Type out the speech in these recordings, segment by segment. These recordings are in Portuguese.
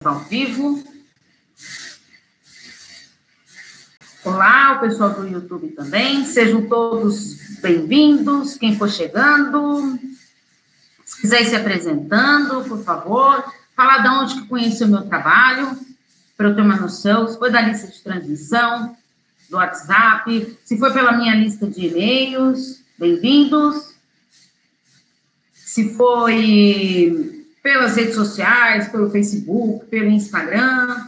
Ao vivo. Olá, o pessoal do YouTube também. Sejam todos bem-vindos. Quem for chegando, se quiser ir se apresentando, por favor. Falar de onde que conheceu o meu trabalho, para eu ter uma noção. Se foi da lista de transmissão, do WhatsApp, se foi pela minha lista de e-mails, bem-vindos. Se foi pelas redes sociais, pelo Facebook, pelo Instagram.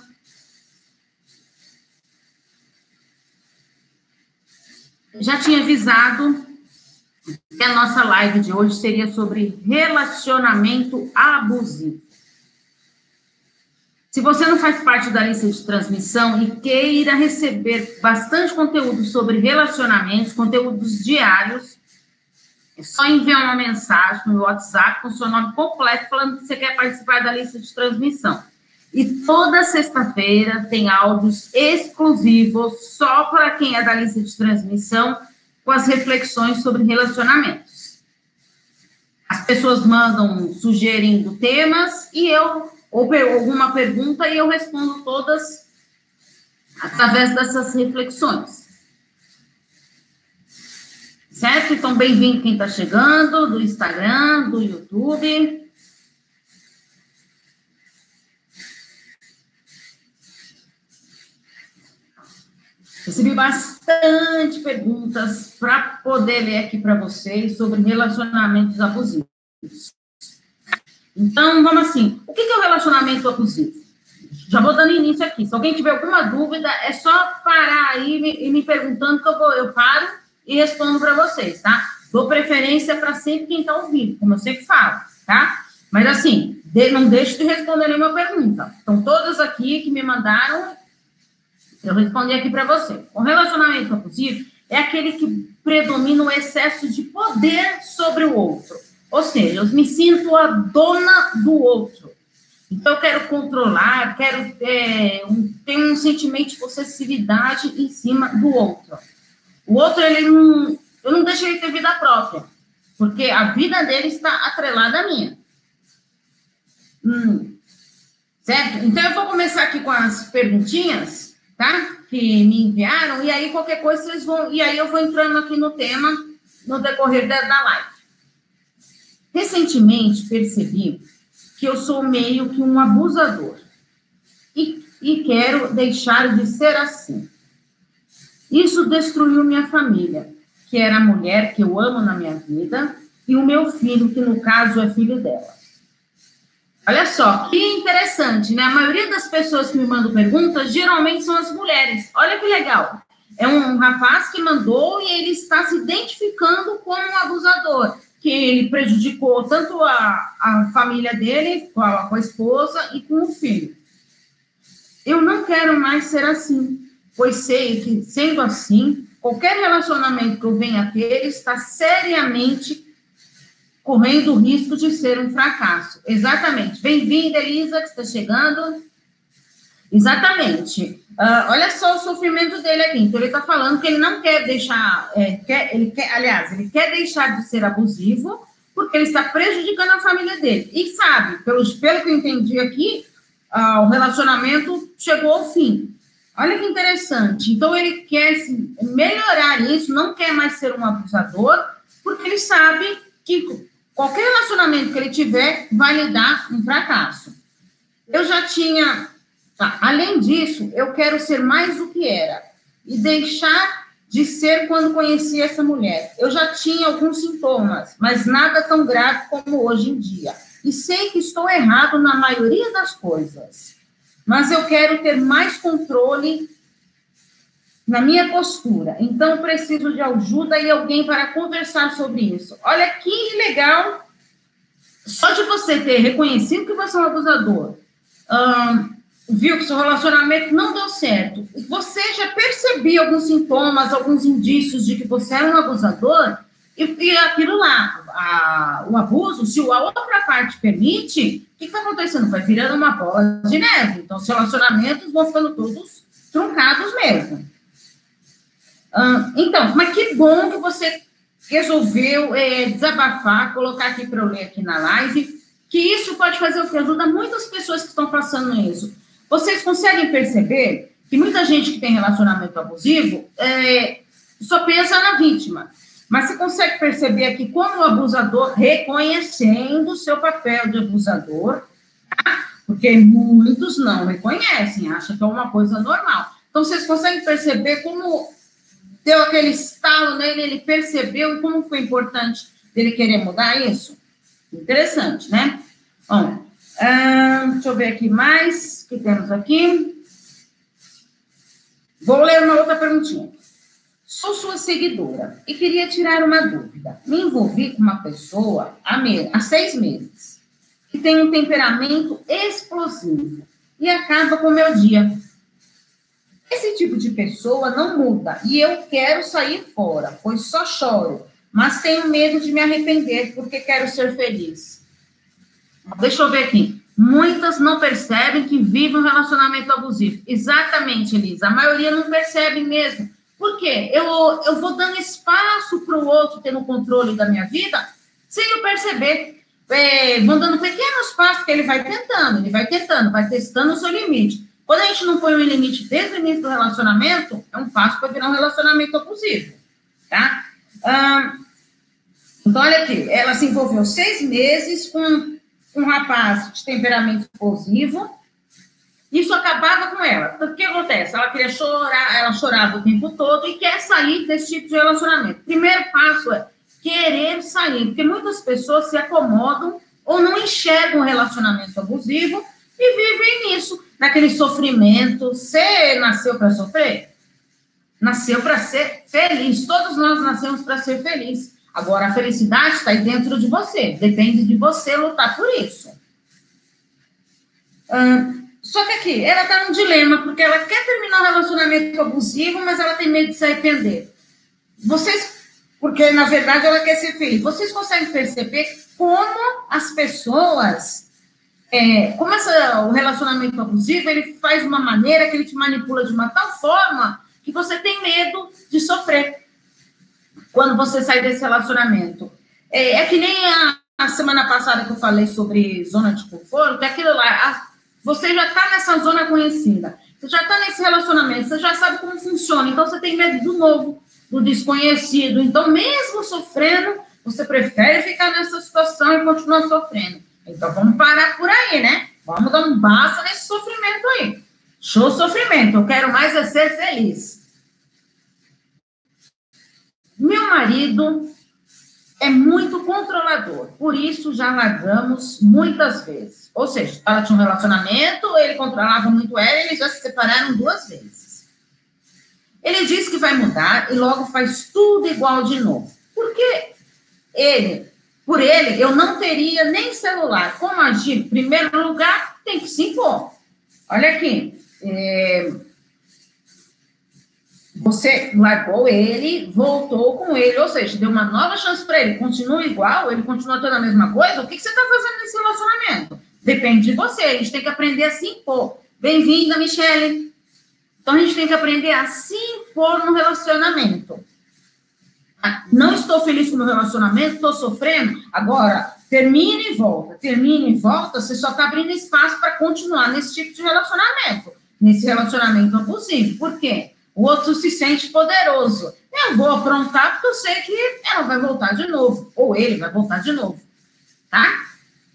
Já tinha avisado que a nossa live de hoje seria sobre relacionamento abusivo. Se você não faz parte da lista de transmissão e queira receber bastante conteúdo sobre relacionamentos, conteúdos diários, é só enviar uma mensagem no WhatsApp com seu nome completo, falando que você quer participar da lista de transmissão. E toda sexta-feira tem áudios exclusivos só para quem é da lista de transmissão, com as reflexões sobre relacionamentos. As pessoas mandam sugerindo temas e ou alguma pergunta, e eu respondo todas através dessas reflexões. Certo? Então, bem-vindo quem está chegando, do Instagram, do YouTube. Recebi bastante perguntas para poder ler aqui para vocês sobre relacionamentos abusivos. Então, vamos assim, o que é o relacionamento abusivo? Já vou dando início aqui. Se alguém tiver alguma dúvida, é só parar aí e me perguntando que eu paro e respondo para vocês, tá? Dou preferência para sempre quem está ao vivo, como eu sempre falo, tá? Mas assim, não deixe de responder nenhuma pergunta. Então, todas aqui que me mandaram, eu respondi aqui para você. O relacionamento abusivo é aquele que predomina o excesso de poder sobre o outro. Ou seja, eu me sinto a dona do outro. Então, eu quero controlar, quero ter um sentimento de possessividade em cima do outro. O outro, eu não deixo ele ter vida própria, porque a vida dele está atrelada à minha. Certo? Então, eu vou começar aqui com as perguntinhas, tá? Que me enviaram, e aí qualquer coisa vocês vão... E aí eu vou entrando aqui no tema no decorrer da live. Recentemente, percebi que eu sou meio que um abusador e quero deixar de ser assim. Isso destruiu minha família, que era a mulher que eu amo na minha vida, e o meu filho, que no caso é filho dela. Olha só, que interessante, né? A maioria das pessoas que me mandam perguntas, geralmente são as mulheres. Olha que legal. É um rapaz que mandou e ele está se identificando como um abusador, que ele prejudicou tanto a família dele, com a esposa e com o filho. Eu não quero mais ser assim, pois sei que, sendo assim, qualquer relacionamento que eu venha a ter está seriamente correndo o risco de ser um fracasso. Exatamente. Bem-vinda, Elisa, que está chegando. Exatamente. Olha só o sofrimento dele aqui. Então, ele está falando que ele não quer deixar... ele quer deixar de ser abusivo porque ele está prejudicando a família dele. E sabe, pelo que eu entendi aqui, o relacionamento chegou ao fim. Olha que interessante. Então, ele quer melhorar isso, não quer mais ser um abusador, porque ele sabe que qualquer relacionamento que ele tiver vai lhe dar um fracasso. Eu já tinha... Além disso, eu quero ser mais do que era e deixar de ser quando conheci essa mulher. Eu já tinha alguns sintomas, mas nada tão grave como hoje em dia. E sei que estou errado na maioria das coisas. Mas eu quero ter mais controle na minha postura. Então, preciso de ajuda e alguém para conversar sobre isso. Olha que legal. Só de você ter reconhecido que você é um abusador, viu que seu relacionamento não deu certo, você já percebia alguns sintomas, alguns indícios de que você era um abusador, e aquilo lá, o abuso, se a outra parte permite, o que vai acontecendo? Vai virando uma bola de neve. Então, os relacionamentos vão ficando todos truncados mesmo. Então, mas que bom que você resolveu desabafar, colocar aqui para eu ler aqui na live, que isso pode fazer o quê? Ajuda muitas pessoas que estão passando isso. Vocês conseguem perceber que muita gente que tem relacionamento abusivo só pensa na vítima. Mas você consegue perceber aqui como o abusador, reconhecendo o seu papel de abusador, tá? Porque muitos não reconhecem, acham que é uma coisa normal. Então, vocês conseguem perceber como deu aquele estalo nele, ele percebeu e como foi importante ele querer mudar isso? Interessante, né? Bom, deixa eu ver aqui mais, o que temos aqui. Vou ler uma outra perguntinha. Sou sua seguidora e queria tirar uma dúvida. Me envolvi com uma pessoa há 6 meses, que tem um temperamento explosivo e acaba com o meu dia. Esse tipo de pessoa não muda e eu quero sair fora, pois só choro, mas tenho medo de me arrepender porque quero ser feliz. Deixa eu ver aqui. Muitas não percebem que vivem um relacionamento abusivo. Exatamente, Elisa. A maioria não percebe mesmo. Por quê? Eu vou dando espaço para o outro ter no controle da minha vida sem eu perceber. Vão dando pequenos passos, porque ele vai tentando, vai testando o seu limite. Quando a gente não põe um limite desde o início do relacionamento, é um passo para virar um relacionamento abusivo, tá? Então, olha aqui, ela se envolveu 6 meses com um rapaz de temperamento explosivo, isso acabava com ela. Então, o que acontece? Ela queria chorar, ela chorava o tempo todo e quer sair desse tipo de relacionamento. Primeiro passo é querer sair, porque muitas pessoas se acomodam ou não enxergam o relacionamento abusivo e vivem nisso, naquele sofrimento. Você nasceu para sofrer? Nasceu para ser feliz. Todos nós nascemos para ser felizes. Agora, a felicidade está aí dentro de você. Depende de você lutar por isso. Só que aqui, ela está num dilema, porque ela quer terminar o relacionamento abusivo, mas ela tem medo de se arrepender. Porque, na verdade, ela quer ser feliz. Vocês conseguem perceber como as pessoas... o relacionamento abusivo, ele faz de uma maneira que ele te manipula de uma tal forma que você tem medo de sofrer quando você sai desse relacionamento. É que nem a semana passada que eu falei sobre zona de conforto, é aquilo lá, você já está nessa zona conhecida, você já está nesse relacionamento, você já sabe como funciona, então você tem medo do novo, do desconhecido. Então, mesmo sofrendo, você prefere ficar nessa situação e continuar sofrendo. Então, vamos parar por aí, né? Vamos dar um basta nesse sofrimento aí. Show sofrimento, eu quero mais é ser feliz. Meu marido é muito controlador, por isso já largamos muitas vezes. Ou seja, ela tinha um relacionamento, ele controlava muito ela, eles já se separaram 2 vezes. Ele diz que vai mudar e logo faz tudo igual de novo. Porque por ele, eu não teria nem celular. Como agir? Em primeiro lugar, tem que se impor. Olha aqui. Você largou ele, voltou com ele, ou seja, deu uma nova chance para ele. Continua igual? Ele continua tendo a mesma coisa? O que você está fazendo nesse relacionamento? Depende de você. A gente tem que aprender a se impor. Bem-vinda, Michele. Então, a gente tem que aprender a se impor no relacionamento. Não estou feliz com o meu relacionamento, estou sofrendo. Agora, termina e volta, você só está abrindo espaço para continuar nesse tipo de relacionamento, nesse relacionamento abusivo. Por quê? O outro se sente poderoso. Eu vou aprontar porque eu sei que ela vai voltar de novo, ou ele vai voltar de novo, tá?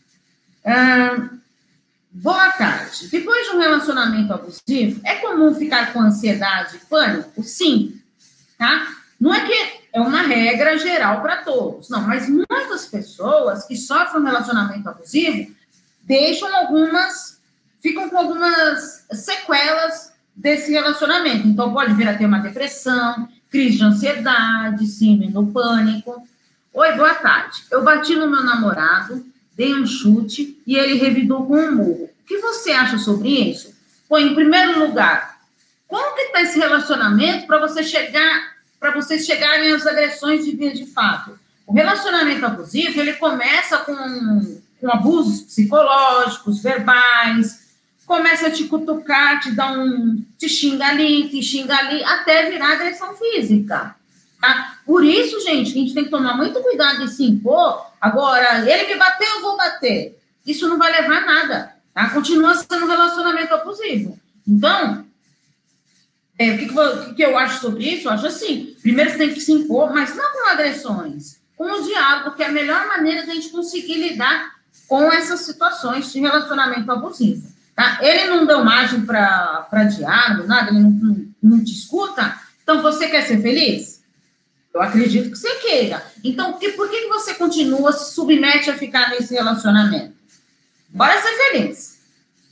Boa tarde. Depois de um relacionamento abusivo, é comum ficar com ansiedade e pânico? Sim, tá? Não é que é uma regra geral para todos, não, mas muitas pessoas que sofrem um relacionamento abusivo ficam com algumas sequelas desse relacionamento. Então, pode vir a ter uma depressão, crise de ansiedade, síndrome do pânico. Oi, boa tarde. Eu bati no meu namorado, dei um chute e ele revidou com um murro. O que você acha sobre isso? Pô, em primeiro lugar, como que está esse relacionamento para vocês chegarem às agressões de via de fato? O relacionamento abusivo, ele começa com abusos psicológicos, verbais, começa a te cutucar, te xinga ali, até virar agressão física. Tá? Por isso, gente, a gente tem que tomar muito cuidado de se impor. Agora, ele me bateu, eu vou bater. isso não vai levar a nada, tá? Continua sendo um relacionamento abusivo. Então, o que eu acho sobre isso? Eu acho assim, primeiro você tem que se impor, mas não com agressões, com o diálogo, que é a melhor maneira de a gente conseguir lidar com essas situações de relacionamento abusivo. Tá? Ele não deu margem para diálogo, nada, ele não te escuta, então você quer ser feliz? Eu acredito que você queira. Então, por que você continua, se submete a ficar nesse relacionamento? Bora ser feliz.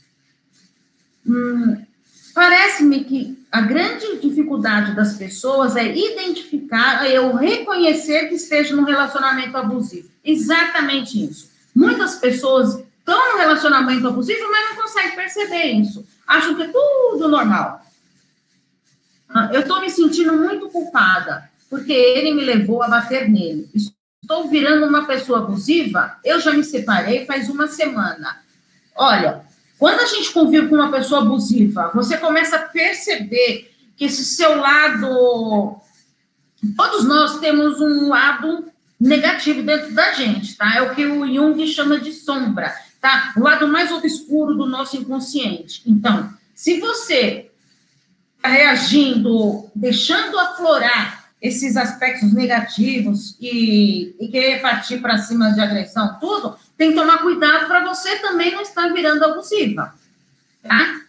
Parece-me que a grande dificuldade das pessoas é identificar, reconhecer que esteja num relacionamento abusivo. Exatamente isso. Muitas pessoas estão no relacionamento abusivo, mas não conseguem perceber isso. Acham que é tudo normal. Eu estou me sentindo muito culpada, porque ele me levou a bater nele. Estou virando uma pessoa abusiva, eu já me separei faz uma semana. Olha, quando a gente convive com uma pessoa abusiva, você começa a perceber que esse seu lado... Todos nós temos um lado negativo dentro da gente, tá? É o que o Jung chama de sombra, tá? O lado mais obscuro do nosso inconsciente. Então, se você está reagindo, deixando aflorar esses aspectos negativos e querer partir para cima de agressão, tudo, tem que tomar cuidado para você também não estar virando abusiva, tá?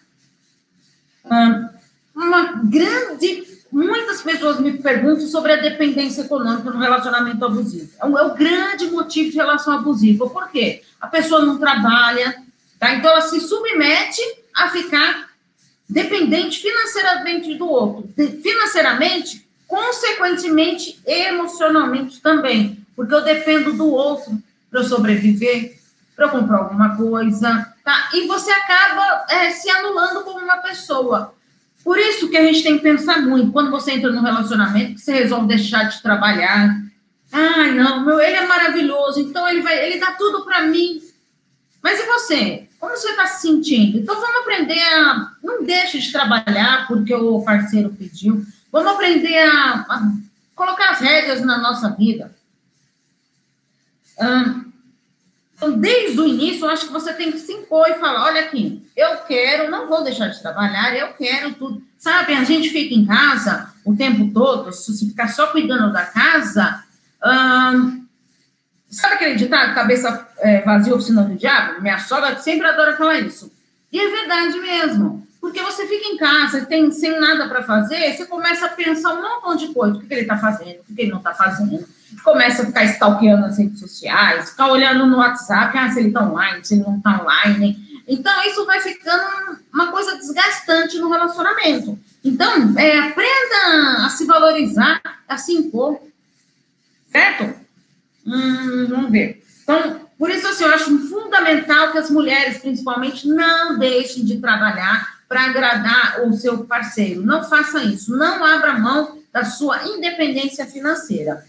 Muitas pessoas me perguntam sobre a dependência econômica no relacionamento abusivo. É o grande motivo de relação abusiva. Por quê? A pessoa não trabalha, tá? Então ela se submete a ficar dependente financeiramente do outro. Financeiramente, consequentemente, emocionalmente também. Porque eu dependo do outro para eu sobreviver, para eu comprar alguma coisa, tá? E você acaba se anulando como uma pessoa. Por isso que a gente tem que pensar muito, quando você entra num relacionamento, que você resolve deixar de trabalhar. Ai, não, ele é maravilhoso, então ele dá tudo para mim. Mas e você? Como você está se sentindo? Então, vamos aprender a... Não deixe de trabalhar porque o parceiro pediu. Vamos aprender a colocar as regras na nossa vida. Então, desde o início, eu acho que você tem que se impor e falar, olha aqui, eu quero, não vou deixar de trabalhar, eu quero tudo. Sabe, a gente fica em casa o tempo todo, se você ficar só cuidando da casa... Sabe aquele ditado, cabeça vazia, oficina do diabo? Minha sogra sempre adora falar isso. E é verdade mesmo. Porque você fica em casa, sem nada para fazer, você começa a pensar um montão de coisa. O que ele está fazendo, o que ele não está fazendo. Começa a ficar stalkeando nas redes sociais, ficar olhando no WhatsApp, se ele está online, se ele não está online. Então, isso vai ficando uma coisa desgastante no relacionamento. Então, aprenda a se valorizar, a se impor. Certo? Vamos ver. Então, por isso, assim, eu acho fundamental que as mulheres, principalmente, não deixem de trabalhar para agradar o seu parceiro. Não faça isso. Não abra mão da sua independência financeira.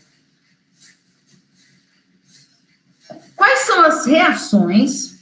Quais são as reações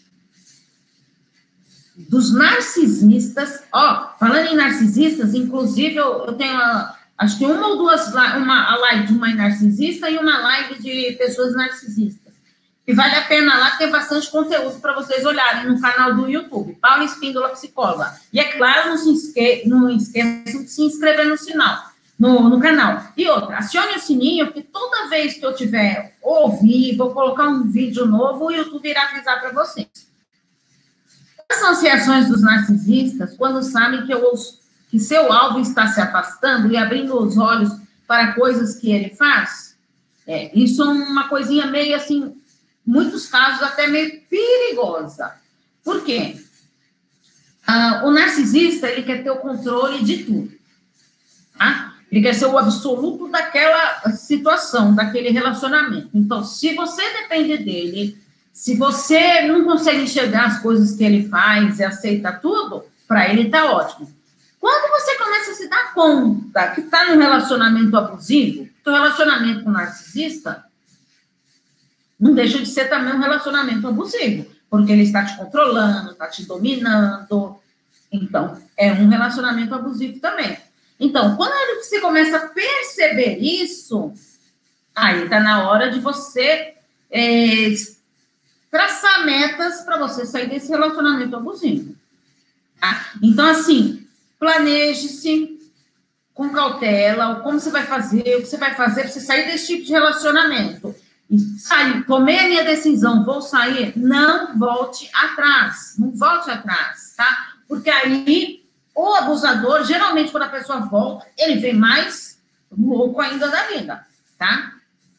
dos narcisistas? Falando em narcisistas, inclusive, eu tenho... acho que uma ou duas, a live de uma narcisista e uma live de pessoas narcisistas. E vale a pena lá, ter bastante conteúdo para vocês olharem no canal do YouTube, Paula Espíndola Psicóloga. E é claro, não esqueçam de se inscrever no canal. E outra, acione o sininho, que toda vez que eu tiver vou colocar um vídeo novo, o YouTube irá avisar para vocês. Quais são as reações dos narcisistas quando sabem que seu alvo está se afastando e abrindo os olhos para coisas que ele faz? Isso é uma coisinha meio assim, muitos casos até meio perigosa. Por quê? O narcisista, ele quer ter o controle de tudo. Tá? Ele quer ser o absoluto daquela situação, daquele relacionamento. Então, se você depende dele, se você não consegue enxergar as coisas que ele faz e aceita tudo, para ele está ótimo. Quando você começa a se dar conta que está num relacionamento abusivo, que o relacionamento com o narcisista não deixa de ser também um relacionamento abusivo, porque ele está te controlando, está te dominando. Então, é um relacionamento abusivo também. Então, quando você começa a perceber isso, aí está na hora de você traçar metas para você sair desse relacionamento abusivo. Tá? Então, assim, planeje-se com cautela, como você vai fazer, o que você vai fazer para você sair desse tipo de relacionamento. E sair, tomei a minha decisão, vou sair, não volte atrás, não volte atrás, tá? Porque aí, o abusador, geralmente, quando a pessoa volta, ele vem mais louco ainda da vida, tá?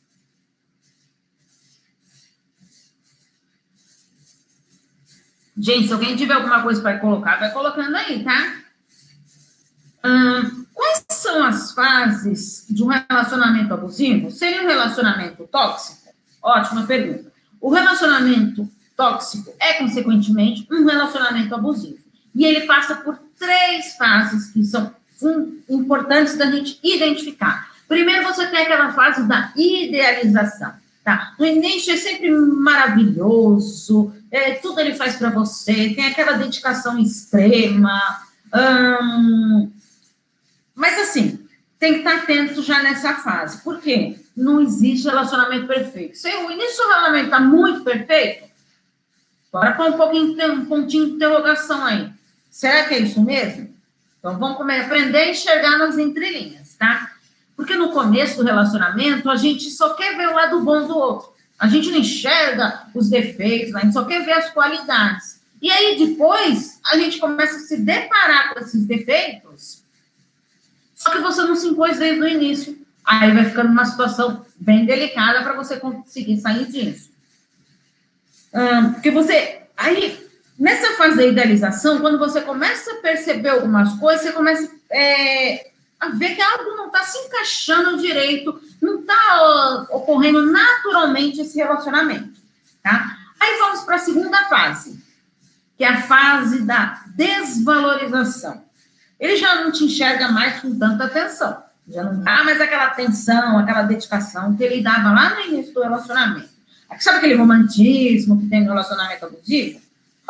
Gente, se alguém tiver alguma coisa para colocar, vai colocando aí, tá? Quais são as fases de um relacionamento abusivo? Seria um relacionamento tóxico? Ótima pergunta. O relacionamento tóxico é, consequentemente, um relacionamento abusivo. E ele passa por 3 fases que são importantes da gente identificar. Primeiro, você tem aquela fase da idealização, tá? No início é sempre maravilhoso, tudo ele faz para você, tem aquela dedicação extrema, mas assim, tem que estar atento já nessa fase. Por quê? Não existe relacionamento perfeito. Se o início do relacionamento está muito perfeito, bora pôr um pontinho de interrogação aí. Será que é isso mesmo? Então, vamos aprender a enxergar nas entrelinhas, tá? Porque no começo do relacionamento, a gente só quer ver o lado bom do outro. A gente não enxerga os defeitos, a gente só quer ver as qualidades. E aí, depois, a gente começa a se deparar com esses defeitos, só que você não se impôs desde o início. Aí vai ficando uma situação bem delicada para você conseguir sair disso. Porque você... Aí, nessa fase da idealização, quando você começa a perceber algumas coisas, você começa a ver que algo não está se encaixando direito, não está ocorrendo naturalmente esse relacionamento, tá? Aí vamos para a segunda fase, que é a fase da desvalorização. Ele já não te enxerga mais com tanta atenção, já não dá mais aquela atenção, aquela dedicação que ele dava lá no início do relacionamento. Sabe aquele romantismo que tem no relacionamento abusivo?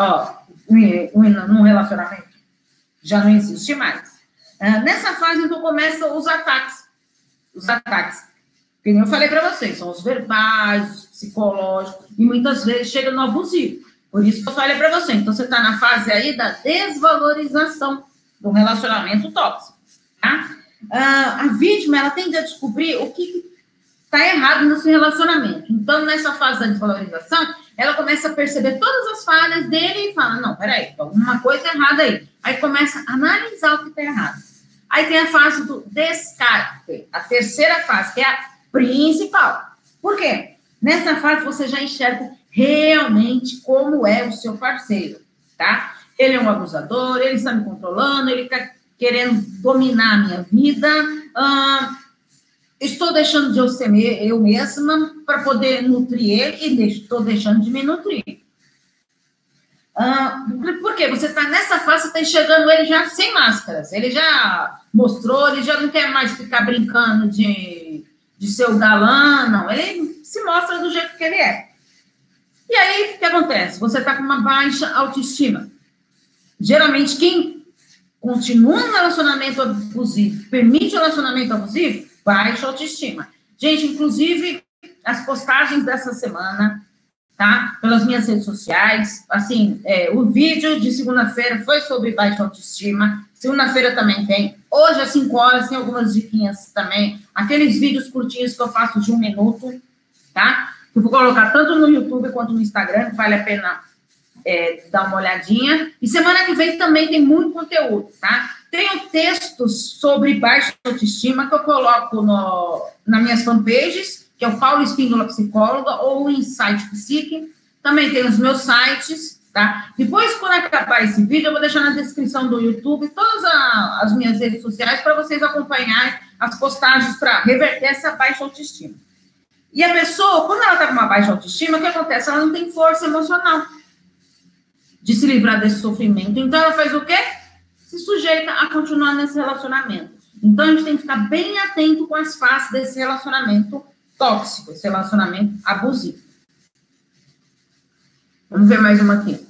Num relacionamento já não existe mais. Nessa fase, então, começam os ataques. Os ataques, que eu falei para vocês, são os verbais, os psicológicos, e muitas vezes chega no abusivo. Por isso que eu falei para você. Então, você está na fase aí da desvalorização do relacionamento tóxico, tá? A vítima, ela tende a descobrir o que está errado no seu relacionamento. Então, nessa fase da desvalorização, ela começa a perceber todas as falhas dele e fala, não, peraí, alguma coisa errada aí. Aí começa a analisar o que está errado. Aí tem a fase do descarte, a terceira fase, que é a principal. Por quê? Nessa fase, você já enxerga realmente como é o seu parceiro, tá? Ele é um abusador, ele está me controlando, ele está querendo dominar a minha vida, estou deixando de eu ser eu mesma para poder nutrir ele e estou deixando de me nutrir. Por quê? Você está nessa fase, você está enxergando ele já sem máscaras, ele já mostrou, ele já não quer mais ficar brincando de ser o galã, não, ele se mostra do jeito que ele é. E aí, o que acontece? Você está com uma baixa autoestima. Geralmente, quem continua no relacionamento abusivo, permite o relacionamento abusivo, baixa autoestima. Gente, inclusive, as postagens dessa semana, tá? Pelas minhas redes sociais, assim, o vídeo de segunda-feira foi sobre baixa autoestima, segunda-feira também tem, hoje às 5 horas tem algumas diquinhas também, aqueles vídeos curtinhos que eu faço de 1 minuto, tá? Eu vou colocar tanto no YouTube quanto no Instagram, vale a pena dar uma olhadinha. E semana que vem também tem muito conteúdo, tá? Tenho textos sobre baixa autoestima que eu coloco nas minhas fanpages, que é o Paulo Espíndola Psicóloga ou o Insight Psique. Também tem os meus sites, tá? Depois, quando acabar esse vídeo, eu vou deixar na descrição do YouTube todas as minhas redes sociais para vocês acompanharem as postagens para reverter essa baixa autoestima. E a pessoa, quando ela está com uma baixa autoestima, o que acontece? Ela não tem força emocional de se livrar desse sofrimento. Então, ela faz o quê? Se sujeita a continuar nesse relacionamento. Então, a gente tem que ficar bem atento com as faces desse relacionamento tóxico, esse relacionamento abusivo. Vamos ver mais uma aqui.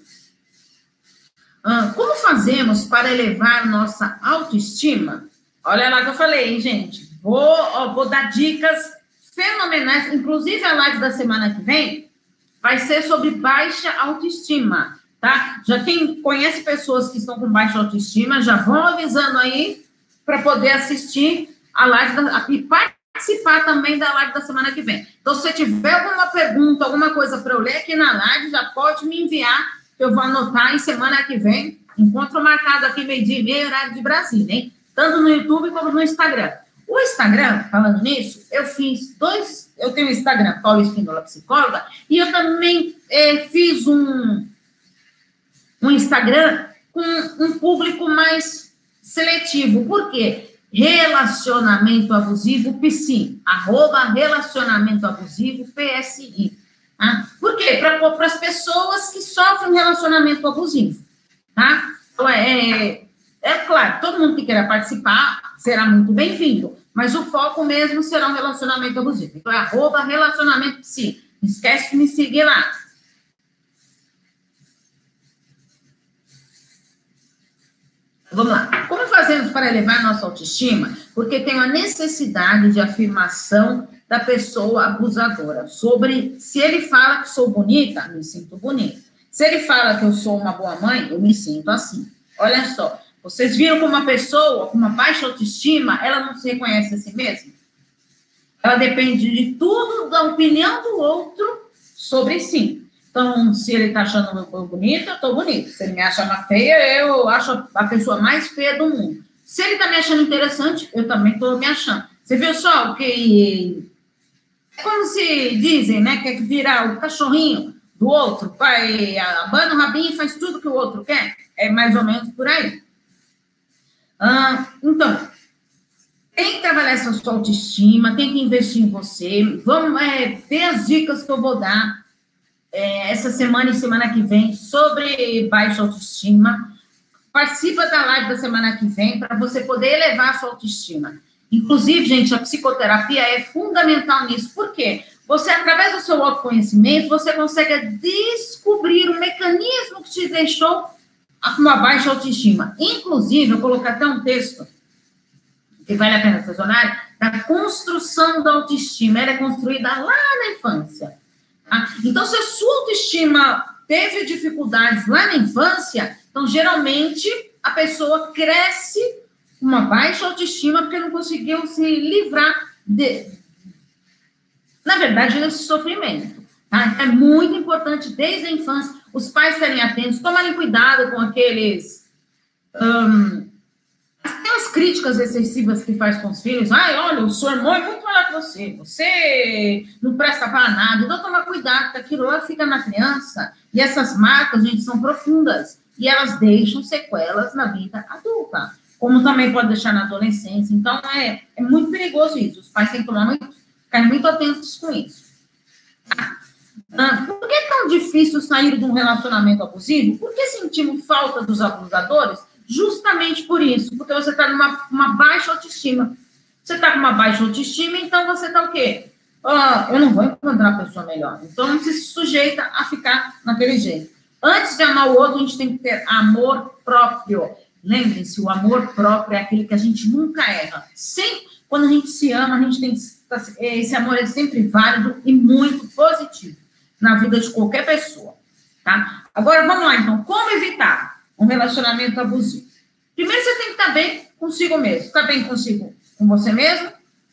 Como fazemos para elevar nossa autoestima? Olha lá que eu falei, hein, gente? Vou dar dicas fenomenais. Inclusive, a live da semana que vem vai ser sobre baixa autoestima, tá? Já quem conhece pessoas que estão com baixa autoestima, já vão avisando aí para poder assistir a live e participar também da live da semana que vem. Então, se você tiver alguma pergunta, alguma coisa para eu ler aqui na live, já pode me enviar, que eu vou anotar, e semana que vem, encontro marcado aqui, 12h30, horário de Brasília, hein? Tanto no YouTube como no Instagram. O Instagram, falando nisso, eu tenho o Instagram, Paula Espíndola Psicóloga, e eu também fiz um Instagram com um público mais seletivo. Por quê? Relacionamento abusivo PSI, @relacionamento abusivo PSI. Tá? Por quê? Para as pessoas que sofrem relacionamento abusivo. Tá? Então, claro, todo mundo que queira participar será muito bem-vindo, mas o foco mesmo será um relacionamento abusivo. Então, é @relacionamento PSI. Não esquece de me seguir lá. Vamos lá. Como fazemos para elevar nossa autoestima? Porque tem uma necessidade de afirmação da pessoa abusadora. Sobre, se ele fala que sou bonita, me sinto bonita. Se ele fala que eu sou uma boa mãe, eu me sinto assim. Olha só, vocês viram como uma pessoa com uma baixa autoestima, ela não se reconhece a si mesma? Ela depende de tudo, da opinião do outro sobre si. Então, se ele está achando eu bonita, eu estou bonita. Se ele me acha uma feia, eu acho a pessoa mais feia do mundo. Se ele está me achando interessante, eu também estou me achando. Você viu só o que... Como se dizem, né? Quer virar o cachorrinho do outro, vai, abana o rabinho e faz tudo que o outro quer. É mais ou menos por aí. Então, tem que trabalhar essa sua autoestima, tem que investir em você. Vamos ver as dicas que eu vou dar essa semana e semana que vem sobre baixa autoestima. Participa da live da semana que vem para você poder elevar a sua autoestima. Inclusive, gente, a psicoterapia é fundamental nisso. Por quê? Você, através do seu autoconhecimento, você consegue descobrir o mecanismo que te deixou com uma baixa autoestima. Inclusive, eu coloquei até um texto que vale a pena vocês olharem, da construção da autoestima. Ela é construída lá na infância. Tá? Então, se a sua autoestima teve dificuldades lá na infância, então, geralmente, a pessoa cresce com uma baixa autoestima porque não conseguiu se livrar na verdade, desse sofrimento. Tá? É muito importante, desde a infância, os pais estarem atentos, tomarem cuidado com aqueles... aquelas críticas excessivas que faz com os filhos. Olha, o seu irmão é muito melhor que você. Você não presta para nada. Então, tomar cuidado, que aquilo lá fica na criança. E essas marcas, gente, são profundas. E elas deixam sequelas na vida adulta. Como também pode deixar na adolescência. Então, é muito perigoso isso. Os pais têm que ficar muito atentos com isso. Por que é tão difícil sair de um relacionamento abusivo? Por que sentimos falta dos abusadores? Justamente por isso, porque você está numa baixa autoestima. Você está com uma baixa autoestima, então você está o quê? Eu não vou encontrar uma pessoa melhor. Então, você se sujeita a ficar naquele jeito. Antes de amar o outro, a gente tem que ter amor próprio. Lembrem-se, o amor próprio é aquele que a gente nunca erra. Sempre, quando a gente se ama, a gente tem esse amor é sempre válido e muito positivo na vida de qualquer pessoa. Tá? Agora, vamos lá, então. Como evitar um relacionamento abusivo? Primeiro, você tem que estar bem consigo mesmo. Está bem consigo, com você mesmo?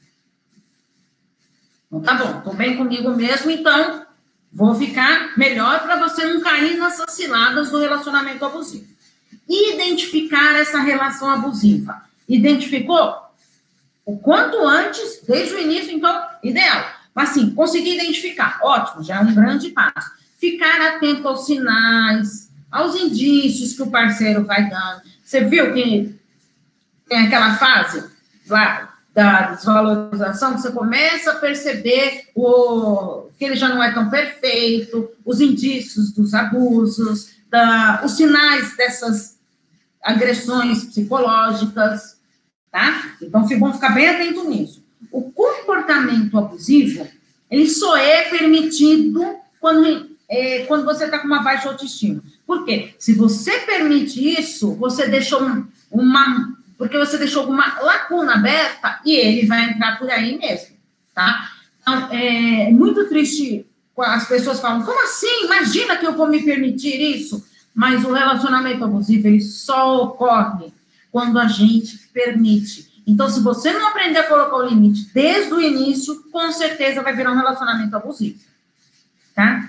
Então, tá bom, estou bem comigo mesmo, então vou ficar melhor para você não cair nessas ciladas do relacionamento abusivo. Identificar essa relação abusiva. Identificou? O quanto antes, desde o início, então, ideal. Mas, sim, conseguir identificar. Ótimo, já é um grande passo. Ficar atento aos sinais, aos indícios que o parceiro vai dando. Você viu que tem aquela fase lá da desvalorização, que você começa a perceber que ele já não é tão perfeito, os indícios dos abusos, os sinais dessas agressões psicológicas, tá? Então, vamos ficar bem atento nisso. O comportamento abusivo, ele só é permitido quando você está com uma baixa autoestima. Por quê? Se você permite isso, você deixou porque você deixou uma lacuna aberta e ele vai entrar por aí mesmo, tá? Então, é muito triste as pessoas falam, como assim? Imagina que eu vou me permitir isso? Mas o relacionamento abusivo, ele só ocorre quando a gente permite. Então, se você não aprender a colocar o limite desde o início, com certeza vai virar um relacionamento abusivo. Tá?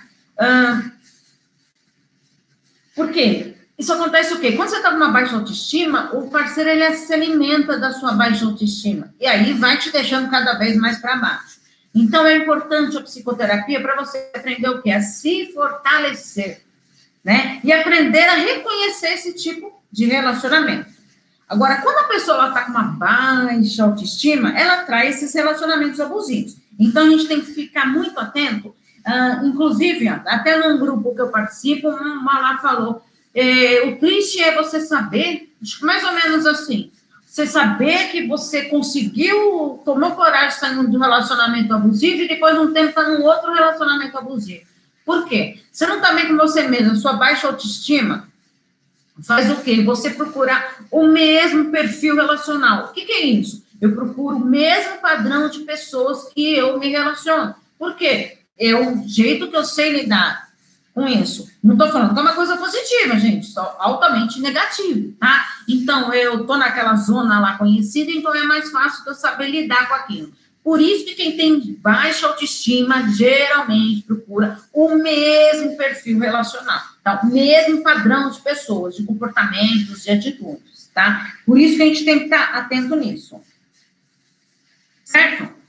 Por quê? Isso acontece o quê? Quando você está com uma baixa autoestima, o parceiro, ele se alimenta da sua baixa autoestima. E aí vai te deixando cada vez mais para baixo. Então, é importante a psicoterapia para você aprender o quê? A se fortalecer, né? E aprender a reconhecer esse tipo de relacionamento. Agora, quando a pessoa está com uma baixa autoestima, ela traz esses relacionamentos abusivos. Então, a gente tem que ficar muito atento. Inclusive, até num grupo que eu participo, uma lá falou, o triste é você saber, acho que mais ou menos assim, você saber que você conseguiu, tomou coragem de sair de um relacionamento abusivo e depois de um tempo está num outro relacionamento abusivo. Por quê? Você não está bem com você mesmo, sua baixa autoestima faz o quê? Você procurar o mesmo perfil relacional. O que é isso? Eu procuro o mesmo padrão de pessoas que eu me relaciono. Por quê? É o jeito que eu sei lidar com isso. Não estou falando que é uma coisa positiva, gente, só altamente negativo, tá? Então, eu estou naquela zona lá conhecida, então é mais fácil de eu saber lidar com aquilo. Por isso que quem tem baixa autoestima, geralmente procura o mesmo perfil relacional, tá? O mesmo padrão de pessoas, de comportamentos, de atitudes, tá? Por isso que a gente tem que estar atento nisso. Certo?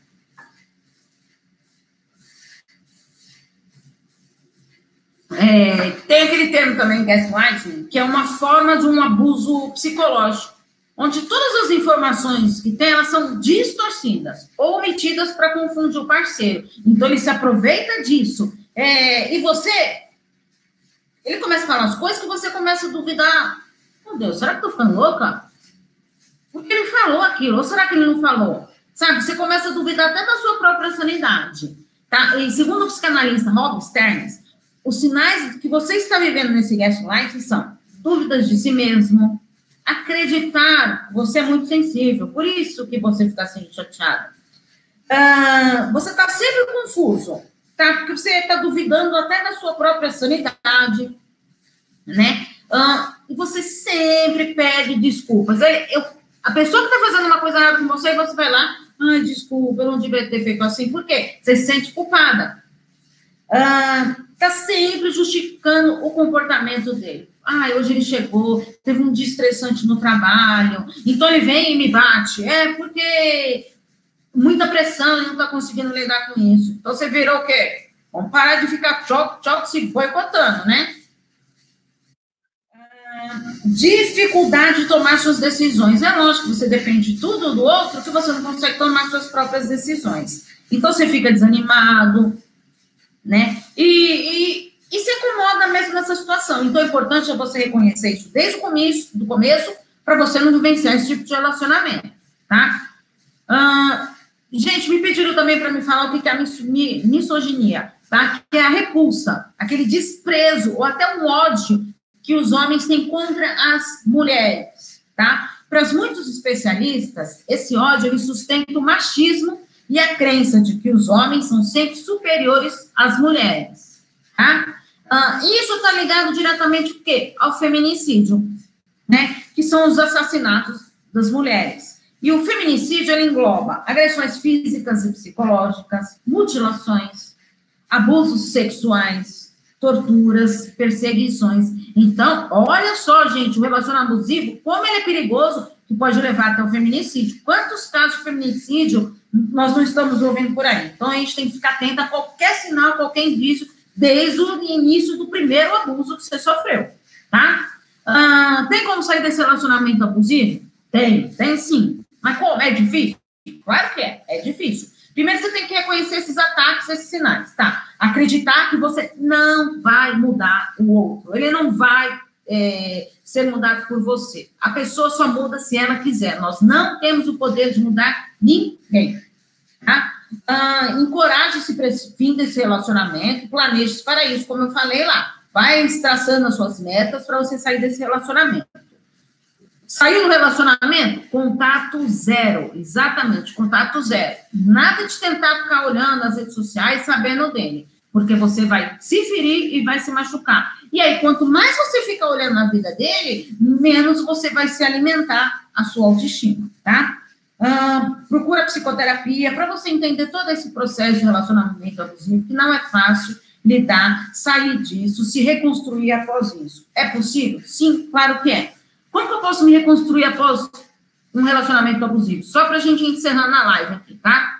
Tem aquele termo também, gaslighting, que é uma forma de um abuso psicológico, onde todas as informações que tem, elas são distorcidas ou omitidas para confundir o parceiro. Então, ele se aproveita disso. E você, ele começa a falar as coisas que você começa a duvidar. Meu Deus, será que eu tô ficando louca? Porque ele falou aquilo, ou será que ele não falou? Sabe, você começa a duvidar até da sua própria sanidade. Tá? E segundo o psicanalista Rob Stearns, os sinais que você está vivendo nesse gaslighting são dúvidas de si mesmo, acreditar que você é muito sensível, por isso que você fica assim chateado. Você está sempre confuso, tá? Porque você está duvidando até da sua própria sanidade, né? E você sempre pede desculpas. A pessoa que está fazendo uma coisa errada com você, você vai lá, ai, desculpa, eu não devia ter feito assim. Por quê? Você se sente culpada. Está sempre justificando o comportamento dele. Hoje ele chegou, teve um dia estressante no trabalho, então ele vem e me bate. Porque muita pressão, ele não está conseguindo lidar com isso. Então você virou o quê? Vamos parar de ficar se boicotando, né? Dificuldade de tomar suas decisões. É lógico que você depende de tudo do outro, que você não consegue tomar suas próprias decisões. Então você fica desanimado, né? E se acomoda mesmo nessa situação. Então, é importante você reconhecer isso desde o começo, para você não vivenciar esse tipo de relacionamento, tá? Gente, me pediram também para me falar o que é a misoginia, tá? Que é a repulsa, aquele desprezo ou até um ódio que os homens têm contra as mulheres, tá? Para muitos especialistas, esse ódio, ele sustenta o machismo e a crença de que os homens são sempre superiores às mulheres, tá? Isso está ligado diretamente o quê? Ao feminicídio, né? Que são os assassinatos das mulheres. E o feminicídio, ele engloba agressões físicas e psicológicas, mutilações, abusos sexuais, torturas, perseguições. Então, olha só, gente, o relacionamento abusivo, como ele é perigoso, que pode levar até o feminicídio. Quantos casos de feminicídio nós não estamos ouvindo por aí? Então, a gente tem que ficar atento a qualquer sinal, qualquer indício, desde o início do primeiro abuso que você sofreu, tá? Tem como sair desse relacionamento abusivo? Tem sim. Mas como? É difícil? Claro que é difícil. Primeiro, você tem que reconhecer esses ataques, esses sinais, tá? Acreditar que você não vai mudar o outro. Ele não vai ser mudado por você. A pessoa só muda se ela quiser. Nós não temos o poder de mudar ninguém, tá? Encoraje-se para esse fim desse relacionamento, planeje-se para isso, como eu falei lá. Vai traçando as suas metas para você sair desse relacionamento. Saiu do relacionamento? Contato zero. Exatamente, contato zero. Nada de tentar ficar olhando as redes sociais sabendo dele. porque você vai se ferir e vai se machucar. E aí, quanto mais você fica olhando na vida dele, menos você vai se alimentar a sua autoestima, tá? Procura psicoterapia para você entender todo esse processo de relacionamento abusivo, que não é fácil lidar, sair disso, se reconstruir após isso. É possível? Sim, claro que é. Como que eu posso me reconstruir após um relacionamento abusivo? Só para a gente encerrar na live aqui, tá?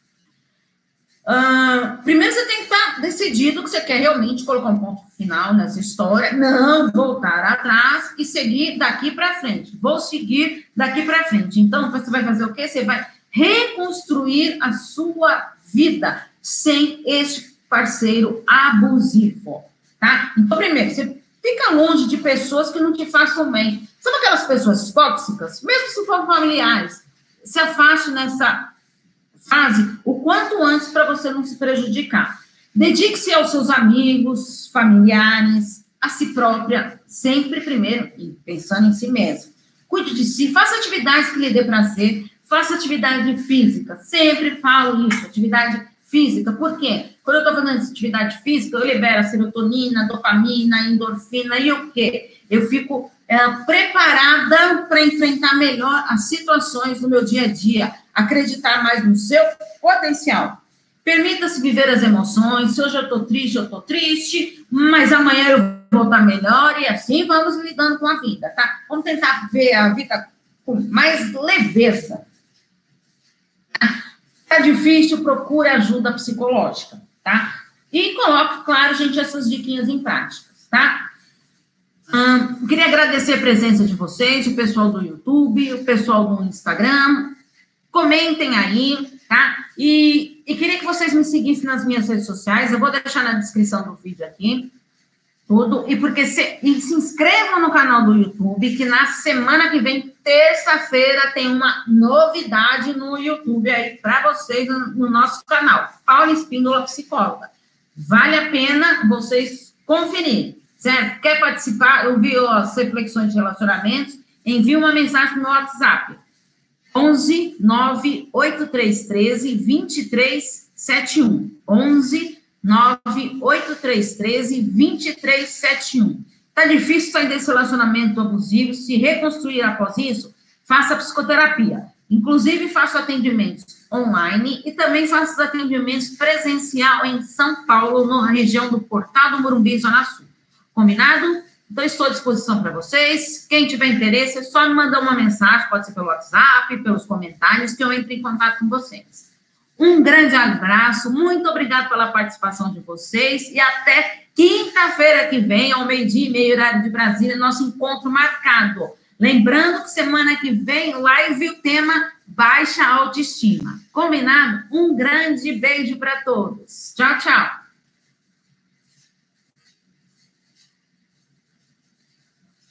Primeiro você tem que estar decidido que você quer realmente colocar um ponto final nessa história, não voltar atrás e seguir daqui para frente. Vou seguir daqui para frente. Então, você vai fazer o quê? Você vai reconstruir a sua vida sem este parceiro abusivo, tá? Então, primeiro, você fica longe de pessoas que não te façam bem. Sabe aquelas pessoas tóxicas? Mesmo se for familiares, se afaste nessa fase o quanto antes para você não se prejudicar. Dedique-se aos seus amigos, familiares, a si própria, sempre primeiro pensando em si mesmo. Cuide de si, faça atividades que lhe dê prazer, faça atividade física. Sempre falo isso, atividade física. Por quê? Quando eu estou fazendo atividade física, eu libero a serotonina, dopamina, endorfina e o quê? Eu fico preparada para enfrentar melhor as situações no meu dia a dia, acreditar mais no seu potencial. Permita-se viver as emoções. Se hoje eu estou triste, mas amanhã eu vou estar melhor e assim vamos lidando com a vida, tá? Vamos tentar ver a vida com mais leveza. Tá difícil, procure ajuda psicológica, tá? E coloque, claro, gente, essas diquinhas em práticas, tá? Queria agradecer a presença de vocês, o pessoal do YouTube, o pessoal do Instagram. Comentem aí, tá? E queria que vocês me seguissem nas minhas redes sociais. Eu vou deixar na descrição do vídeo aqui tudo. E se inscrevam no canal do YouTube, que na semana que vem, terça-feira, tem uma novidade no YouTube aí para vocês, no nosso canal. Paula Espíndola, psicóloga. Vale a pena vocês conferirem. Certo? Quer participar? Eu vi as reflexões de relacionamentos. Envie uma mensagem no meu WhatsApp. 11 98313 2371. 11 98313 2371. Tá difícil sair desse relacionamento abusivo, se reconstruir após isso? Faça psicoterapia. Inclusive, faço atendimentos online e também faço atendimentos presencial em São Paulo, na região do Portal do Morumbi, Zona Sul. Combinado? Então, estou à disposição para vocês. Quem tiver interesse, é só me mandar uma mensagem, pode ser pelo WhatsApp, pelos comentários, que eu entre em contato com vocês. Um grande abraço, muito obrigado pela participação de vocês e até quinta-feira que vem, ao 12:30, horário de Brasília, nosso encontro marcado. Lembrando que semana que vem, live, o tema Baixa Autoestima. Combinado? Um grande beijo para todos. Tchau, tchau.